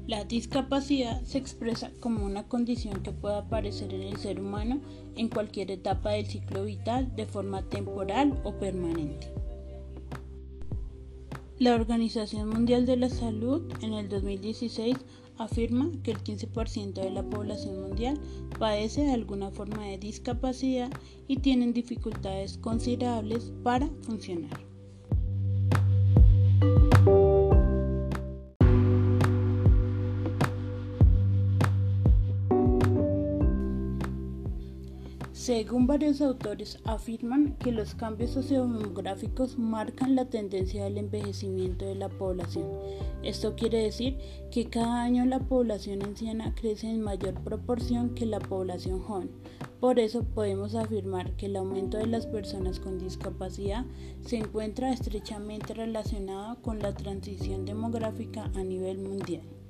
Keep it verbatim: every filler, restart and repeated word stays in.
La discapacidad se expresa como una condición que puede aparecer en el ser humano en cualquier etapa del ciclo vital de forma temporal o permanente. La Organización Mundial de la Salud en el dos mil dieciséis afirma que el quince por ciento de la población mundial padece de alguna forma de discapacidad y tienen dificultades considerables para funcionar. Según varios autores, afirman que los cambios sociodemográficos marcan la tendencia del envejecimiento de la población. Esto quiere decir que cada año la población anciana crece en mayor proporción que la población joven. Por eso podemos afirmar que el aumento de las personas con discapacidad se encuentra estrechamente relacionado con la transición demográfica a nivel mundial.